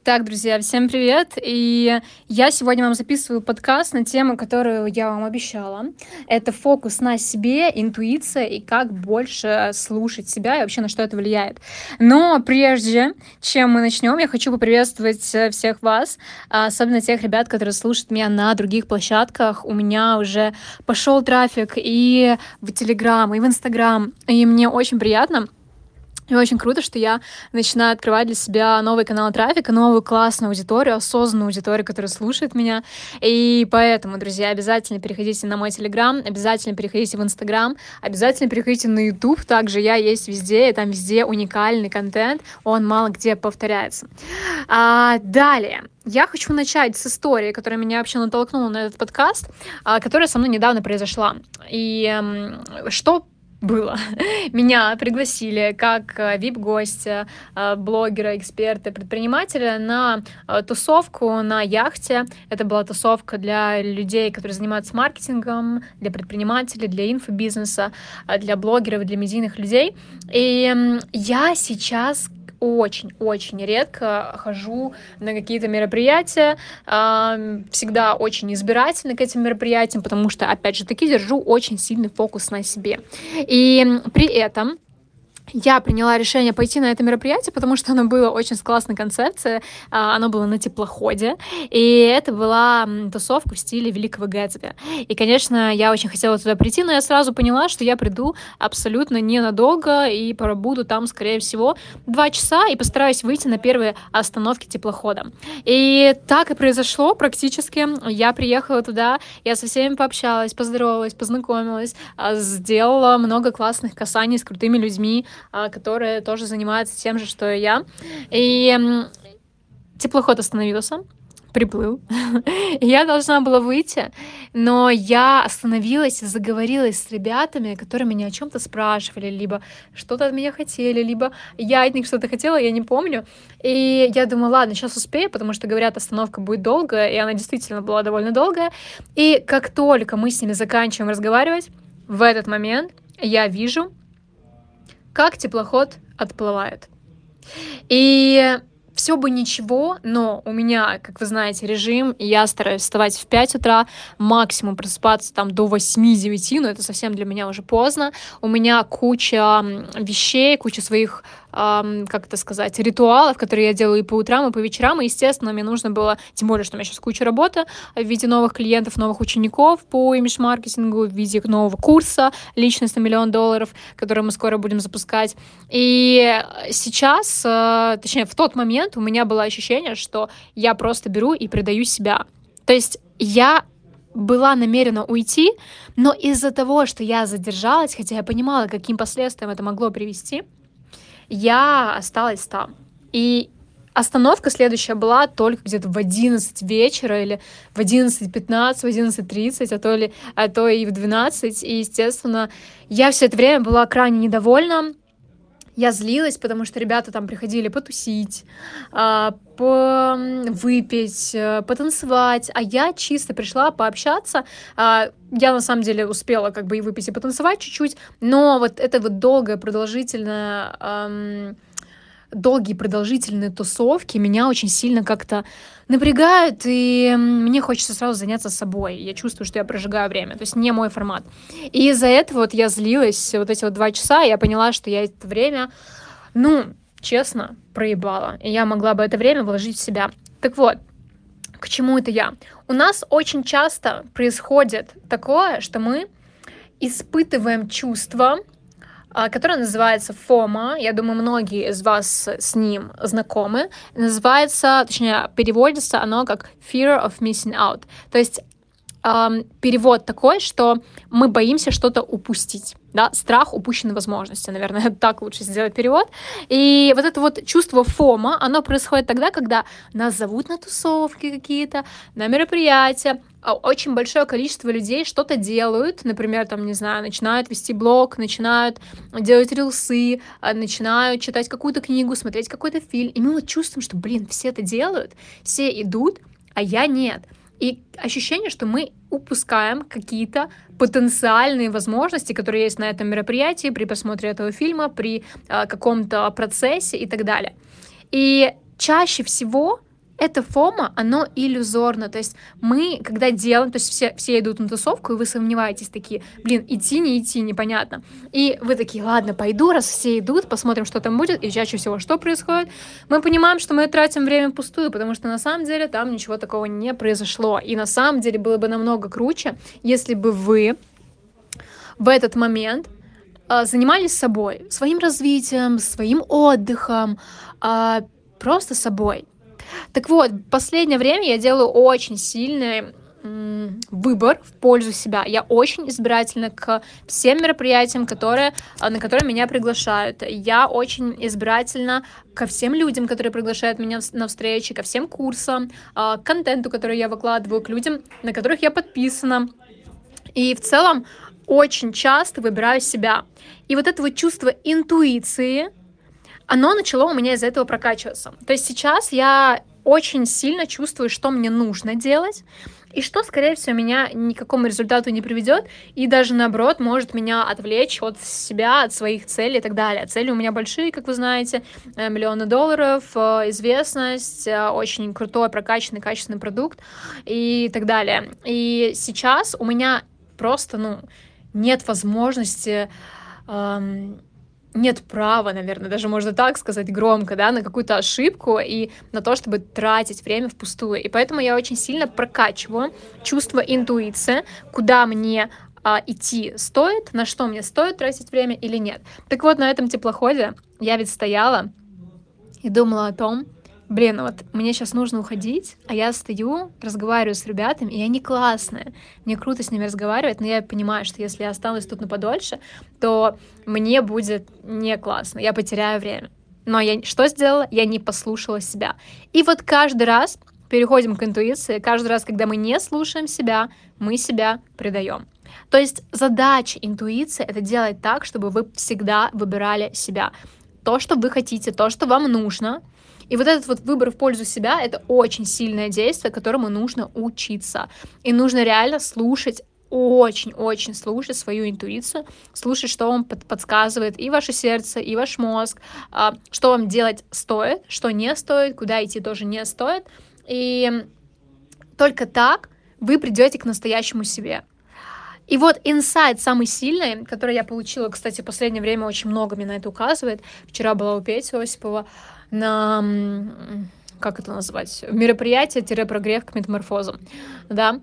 Так, друзья, всем привет! И я сегодня вам записываю подкаст на тему, которую я вам обещала. Это фокус на себе, интуиция и как больше слушать себя и вообще на что это влияет. Но прежде, чем мы начнем, я хочу поприветствовать всех вас, особенно тех ребят, которые слушают меня на других площадках. У меня уже пошел трафик и в Телеграм, и в Инстаграм, и мне очень приятно. И очень круто, что я начинаю открывать для себя новый канал трафика, новую классную аудиторию, осознанную аудиторию, которая слушает меня. И поэтому, друзья, обязательно переходите на мой Телеграм, обязательно переходите в Инстаграм, обязательно переходите на Ютуб. Также я есть везде, и там везде уникальный контент, он мало где повторяется. Далее. Я хочу начать с истории, которая меня вообще натолкнула на этот подкаст, которая со мной недавно произошла. И что было. Меня пригласили как VIP-гостя, блогера, эксперта, предпринимателя на тусовку на яхте. Это была тусовка для людей, которые занимаются маркетингом, для предпринимателей, для инфобизнеса, для блогеров, для медийных людей. И я сейчас очень-очень редко хожу на какие-то мероприятия, всегда очень избирательна к этим мероприятиям, потому что, опять же таки, держу очень сильный фокус на себе. И при этом я приняла решение пойти на это мероприятие, потому что оно было очень с классной концепцией, оно было на теплоходе, и это была тусовка в стиле Великого Гэтсби. И, конечно, я очень хотела туда прийти, но я сразу поняла, что я приду абсолютно ненадолго и пробуду там, скорее всего, 2 часа и постараюсь выйти на первые остановки теплохода. И так и произошло практически. Я приехала туда, я со всеми пообщалась, поздоровалась, познакомилась, сделала много классных касаний с крутыми людьми, которые тоже занимаются тем же, что и я. И теплоход остановился, приплыл. Я должна была выйти, но я остановилась и заговорилась с ребятами, которые меня о чем-то спрашивали, либо что-то от меня хотели, либо я от них что-то хотела, я не помню. И я думаю, ладно, сейчас успею, потому что, говорят, остановка будет долгая, и она действительно была довольно долгая. И как только мы с ними заканчиваем разговаривать, в этот момент я вижу, как теплоход отплывает. И все бы ничего, но у меня, как вы знаете, режим, и я стараюсь вставать в 5 утра, максимум просыпаться там до 8-9, но это совсем для меня уже поздно. У меня куча вещей, куча своих, как это сказать, ритуалов, которые я делаю и по утрам, и по вечерам, и, естественно, мне нужно было, тем более, что у меня сейчас куча работы в виде новых клиентов, новых учеников по имидж-маркетингу, в виде нового курса «Личность на $1 000 000», который мы скоро будем запускать. И сейчас, точнее, в тот момент у меня было ощущение, что я просто беру и предаю себя. То есть я была намерена уйти, но из-за того, что я задержалась, хотя я понимала, к каким последствиям это могло привести, я осталась там. И остановка следующая была только где-то в 11 вечера или в 11:15, в 11:30, а то и в 12. И, естественно, я все это время была крайне недовольна. Я злилась, потому что ребята там приходили потусить, выпить, потанцевать, а я чисто пришла пообщаться. Я на самом деле успела как бы и выпить, и потанцевать чуть-чуть, но вот это вот долгие продолжительные тусовки меня очень сильно как-то напрягают, и мне хочется сразу заняться собой. Я чувствую, что я прожигаю время, то есть не мой формат. И из-за этого вот я злилась вот эти вот 2 часа, и я поняла, что я это время, честно, проебала. И я могла бы это время вложить в себя. Так вот, к чему это я? У нас очень часто происходит такое, что мы испытываем чувство, которое называется FOMO. Я думаю, многие из вас с ним знакомы. Переводится оно как Fear of Missing Out. То есть перевод такой, что мы боимся что-то упустить. Да? Страх упущенной возможности, наверное, так лучше сделать перевод. И вот это вот чувство FOMO, оно происходит тогда, когда нас зовут на тусовки какие-то, на мероприятия, очень большое количество людей что-то делают, например, там, не знаю, начинают вести блог, начинают делать рилсы, начинают читать какую-то книгу, смотреть какой-то фильм, и мы вот чувствуем, что, все это делают, все идут, а я нет. И ощущение, что мы упускаем какие-то потенциальные возможности, которые есть на этом мероприятии, при просмотре этого фильма, при каком-то процессе и так далее. И чаще всего это фома, оно иллюзорно. То есть мы, когда делаем, то есть все идут на тусовку, и вы сомневаетесь такие, блин, идти, не идти, непонятно. И вы такие, ладно, пойду, раз все идут, посмотрим, что там будет. И чаще всего что происходит? Мы понимаем, что мы тратим время впустую, потому что на самом деле там ничего такого не произошло. И на самом деле было бы намного круче, если бы вы в этот момент занимались собой, своим развитием, своим отдыхом, просто собой. Так вот, в последнее время я делаю очень сильный выбор в пользу себя. Я очень избирательна к всем мероприятиям, на которые меня приглашают. Я очень избирательна ко всем людям, которые приглашают меня на встречи, ко всем курсам, к контенту, который я выкладываю, к людям, на которых я подписана. И в целом очень часто выбираю себя. И вот это вот чувство интуиции, оно начало у меня из-за этого прокачиваться. То есть сейчас я очень сильно чувствую, что мне нужно делать, и что, скорее всего, меня ни к какому результату не приведет, и даже наоборот может меня отвлечь от себя, от своих целей и так далее. Цели у меня большие, как вы знаете, миллионы долларов, известность, очень крутой, прокачанный, качественный продукт и так далее. И сейчас у меня просто, нет возможности, нет права, наверное, даже можно так сказать громко, да, на какую-то ошибку и на то, чтобы тратить время впустую. И поэтому я очень сильно прокачиваю чувство интуиции, куда мне идти стоит, на что мне стоит тратить время или нет. Так вот, на этом теплоходе я ведь стояла и думала о том, блин, вот мне сейчас нужно уходить, а я стою, разговариваю с ребятами, и они классные. Мне круто с ними разговаривать, но я понимаю, что если я останусь тут на подольше, то мне будет не классно, я потеряю время. Но я что сделала? Я не послушала себя. И вот каждый раз переходим к интуиции, каждый раз, когда мы не слушаем себя, мы себя предаем. То есть задача интуиции — это делать так, чтобы вы всегда выбирали себя. То, что вы хотите, то, что вам нужно. И вот этот вот выбор в пользу себя — это очень сильное действие, которому нужно учиться. И нужно реально слушать, очень-очень слушать свою интуицию, слушать, что вам подсказывает и ваше сердце, и ваш мозг, что вам делать стоит, что не стоит, куда идти тоже не стоит. И только так вы придете к настоящему себе. И вот инсайт самый сильный, который я получила, кстати, в последнее время очень много мне на это указывает. Вчера была у Пети Осипова на, как это назвать, мероприятие-прогрев к метаморфозам, да,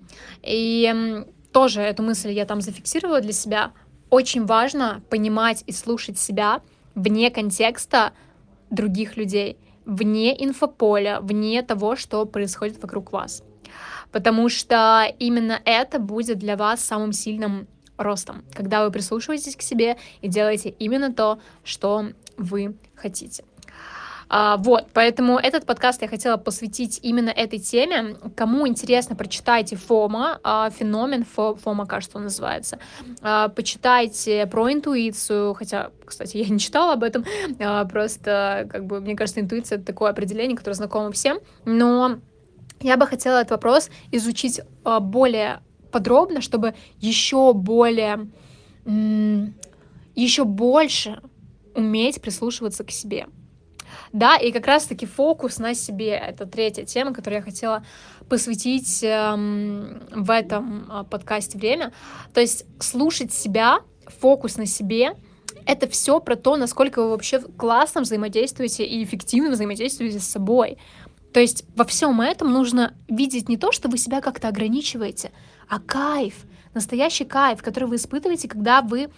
и тоже эту мысль я там зафиксировала для себя. Очень важно понимать и слушать себя вне контекста других людей, вне инфополя, вне того, что происходит вокруг вас. Потому что именно это будет для вас самым сильным ростом, когда вы прислушиваетесь к себе и делаете именно то, что вы хотите. Вот, поэтому этот подкаст я хотела посвятить именно этой теме. Кому интересно, прочитайте ФОМА, феномен ФОМА, кажется, он называется. Почитайте про интуицию, хотя, кстати, я не читала об этом, просто, мне кажется, интуиция — это такое определение, которое знакомо всем, но я бы хотела этот вопрос изучить более подробно, чтобы еще больше уметь прислушиваться к себе. Да, и как раз-таки фокус на себе — это третья тема, которую я хотела посвятить в этом подкасте время. То есть слушать себя, фокус на себе — это все про то, насколько вы вообще классно взаимодействуете и эффективно взаимодействуете с собой. То есть во всем этом нужно видеть не то, что вы себя как-то ограничиваете, а кайф, настоящий кайф, который вы испытываете, когда вы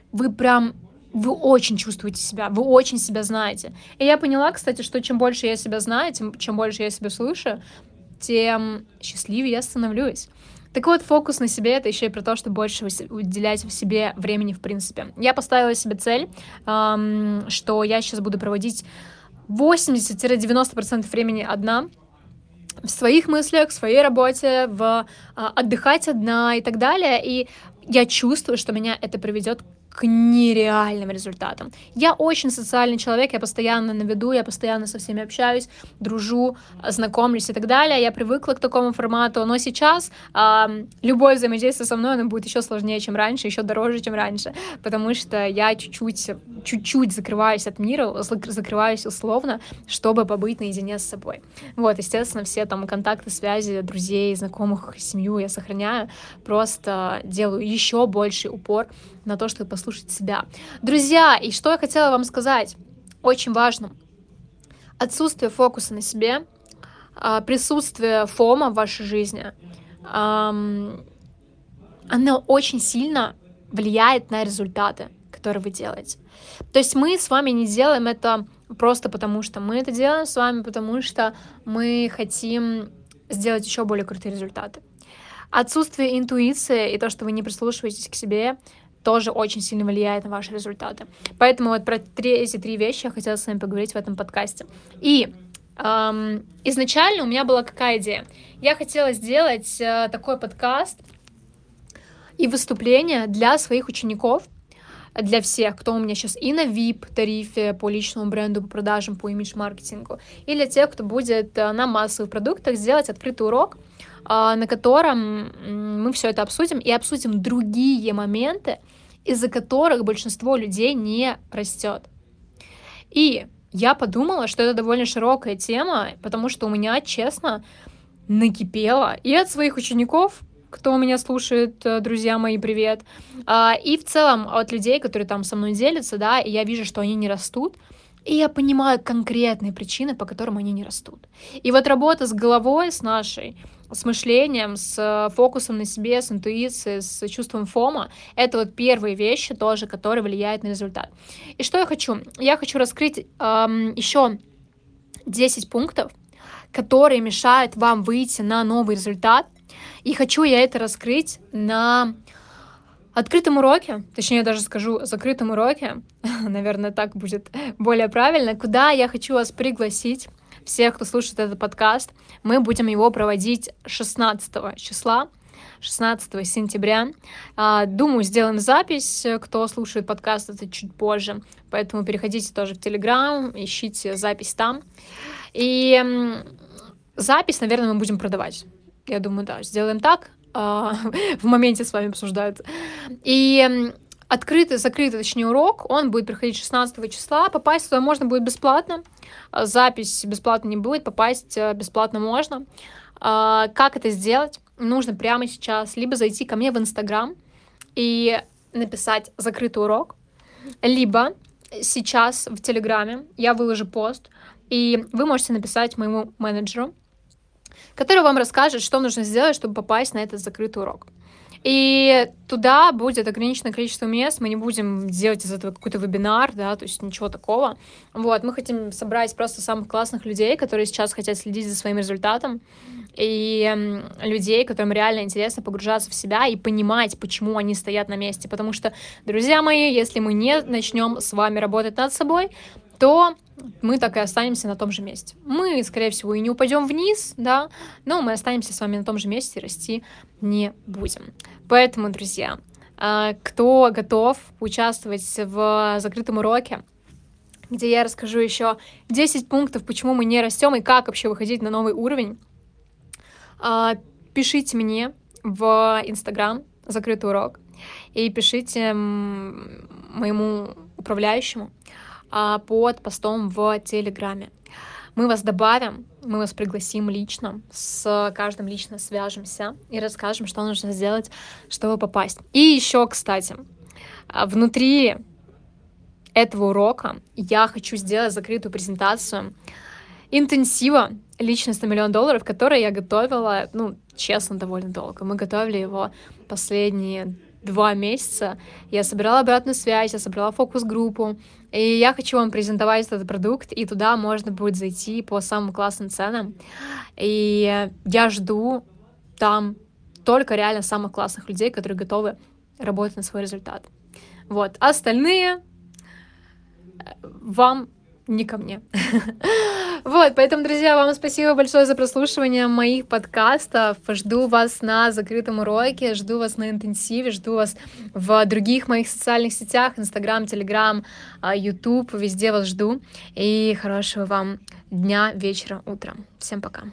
очень чувствуете себя, вы очень себя знаете. И я поняла, кстати, что чем больше я себя знаю, чем больше я себя слушаю, тем счастливее я становлюсь. Так вот, фокус на себе — это еще и про то, что больше уделять в себе времени в принципе. Я поставила себе цель, что я сейчас буду проводить 80-90% времени одна, в своих мыслях, в своей работе, отдыхать одна и так далее. И я чувствую, что меня это приведет к нереальным результатам. Я очень социальный человек, я постоянно на виду, я постоянно со всеми общаюсь, дружу, знакомлюсь и так далее. Я привыкла к такому формату, но сейчас любое взаимодействие со мной, оно будет еще сложнее, чем раньше, еще дороже, чем раньше, потому что я чуть-чуть закрываюсь от мира, закрываюсь условно, чтобы побыть наедине с собой. Вот, естественно, все там контакты, связи, друзей, знакомых, семью я сохраняю, просто делаю еще больший упор на то, чтобы послушать себя. Друзья, и что я хотела вам сказать, очень важно, отсутствие фокуса на себе, присутствие фома в вашей жизни, оно очень сильно влияет на результаты, которые вы делаете. То есть мы с вами не делаем это просто потому, что мы это делаем с вами, потому что мы хотим сделать еще более крутые результаты. Отсутствие интуиции и то, что вы не прислушиваетесь к себе, тоже очень сильно влияет на ваши результаты. Поэтому вот про эти 3 вещи я хотела с вами поговорить в этом подкасте. И изначально у меня была какая идея? Я хотела сделать такой подкаст и выступление для своих учеников, для всех, кто у меня сейчас и на VIP-тарифе по личному бренду, по продажам, по имидж-маркетингу, и для тех, кто будет на массовых продуктах, сделать открытый урок, на котором мы все это обсудим и обсудим другие моменты, из-за которых большинство людей не растет. И я подумала, что это довольно широкая тема, потому что у меня, честно, накипело и от своих учеников, кто меня слушает, друзья мои, привет, и в целом от людей, которые там со мной делятся, да, и я вижу, что они не растут, и я понимаю конкретные причины, по которым они не растут. И вот работа с головой, с нашей, с мышлением, с фокусом на себе, с интуицией, с чувством фома, это вот первые вещи тоже, которые влияют на результат. И что я хочу? Я хочу раскрыть еще 10 пунктов, которые мешают вам выйти на новый результат. И хочу я это раскрыть на открытом уроке, точнее, я даже скажу закрытом уроке, наверное, так будет более правильно, куда я хочу вас пригласить, всех, кто слушает этот подкаст. Мы будем его проводить 16 числа, 16 сентября. Думаю, сделаем запись, кто слушает подкаст, это чуть позже, поэтому переходите тоже в Telegram, ищите запись там. И запись, наверное, мы будем продавать. Я думаю, да, сделаем так. В моменте с вами обсуждают. И открытый, закрытый, точнее, урок, он будет проходить 16 числа. Попасть туда можно будет бесплатно. Запись бесплатно не будет, попасть бесплатно можно. Как это сделать? Нужно прямо сейчас либо зайти ко мне в Инстаграм и написать «закрытый урок», либо сейчас в Телеграме я выложу пост, и вы можете написать моему менеджеру, который вам расскажет, что нужно сделать, чтобы попасть на этот закрытый урок. И туда будет ограниченное количество мест, мы не будем делать из этого какой-то вебинар, да, то есть ничего такого. Вот, мы хотим собрать просто самых классных людей, которые сейчас хотят следить за своим результатом, и людей, которым реально интересно погружаться в себя и понимать, почему они стоят на месте. Потому что, друзья мои, если мы не начнем с вами работать над собой, то мы так и останемся на том же месте. Мы, скорее всего, и не упадем вниз, да, но мы останемся с вами на том же месте и расти не будем. Поэтому, друзья, кто готов участвовать в закрытом уроке, где я расскажу еще 10 пунктов, почему мы не растем и как вообще выходить на новый уровень, пишите мне в Инстаграм «Закрытый урок» и пишите моему управляющему под постом в Телеграме. Мы вас добавим, мы вас пригласим лично, с каждым лично свяжемся и расскажем, что нужно сделать, чтобы попасть. И еще, кстати, внутри этого урока я хочу сделать закрытую презентацию интенсива «Личность на $1 000 000», который я готовила, честно, довольно долго. Мы готовили его последние 2 месяца. Я собирала обратную связь, я собрала фокус-группу, и я хочу вам презентовать этот продукт, и туда можно будет зайти по самым классным ценам. И я жду там только реально самых классных людей, которые готовы работать на свой результат. Вот. А остальные вам не ко мне. Вот, поэтому, друзья, вам спасибо большое за прослушивание моих подкастов. Жду вас на закрытом уроке, жду вас на интенсиве, жду вас в других моих социальных сетях, Инстаграм, Телеграм, Ютуб, везде вас жду. И хорошего вам дня, вечера, утра. Всем пока.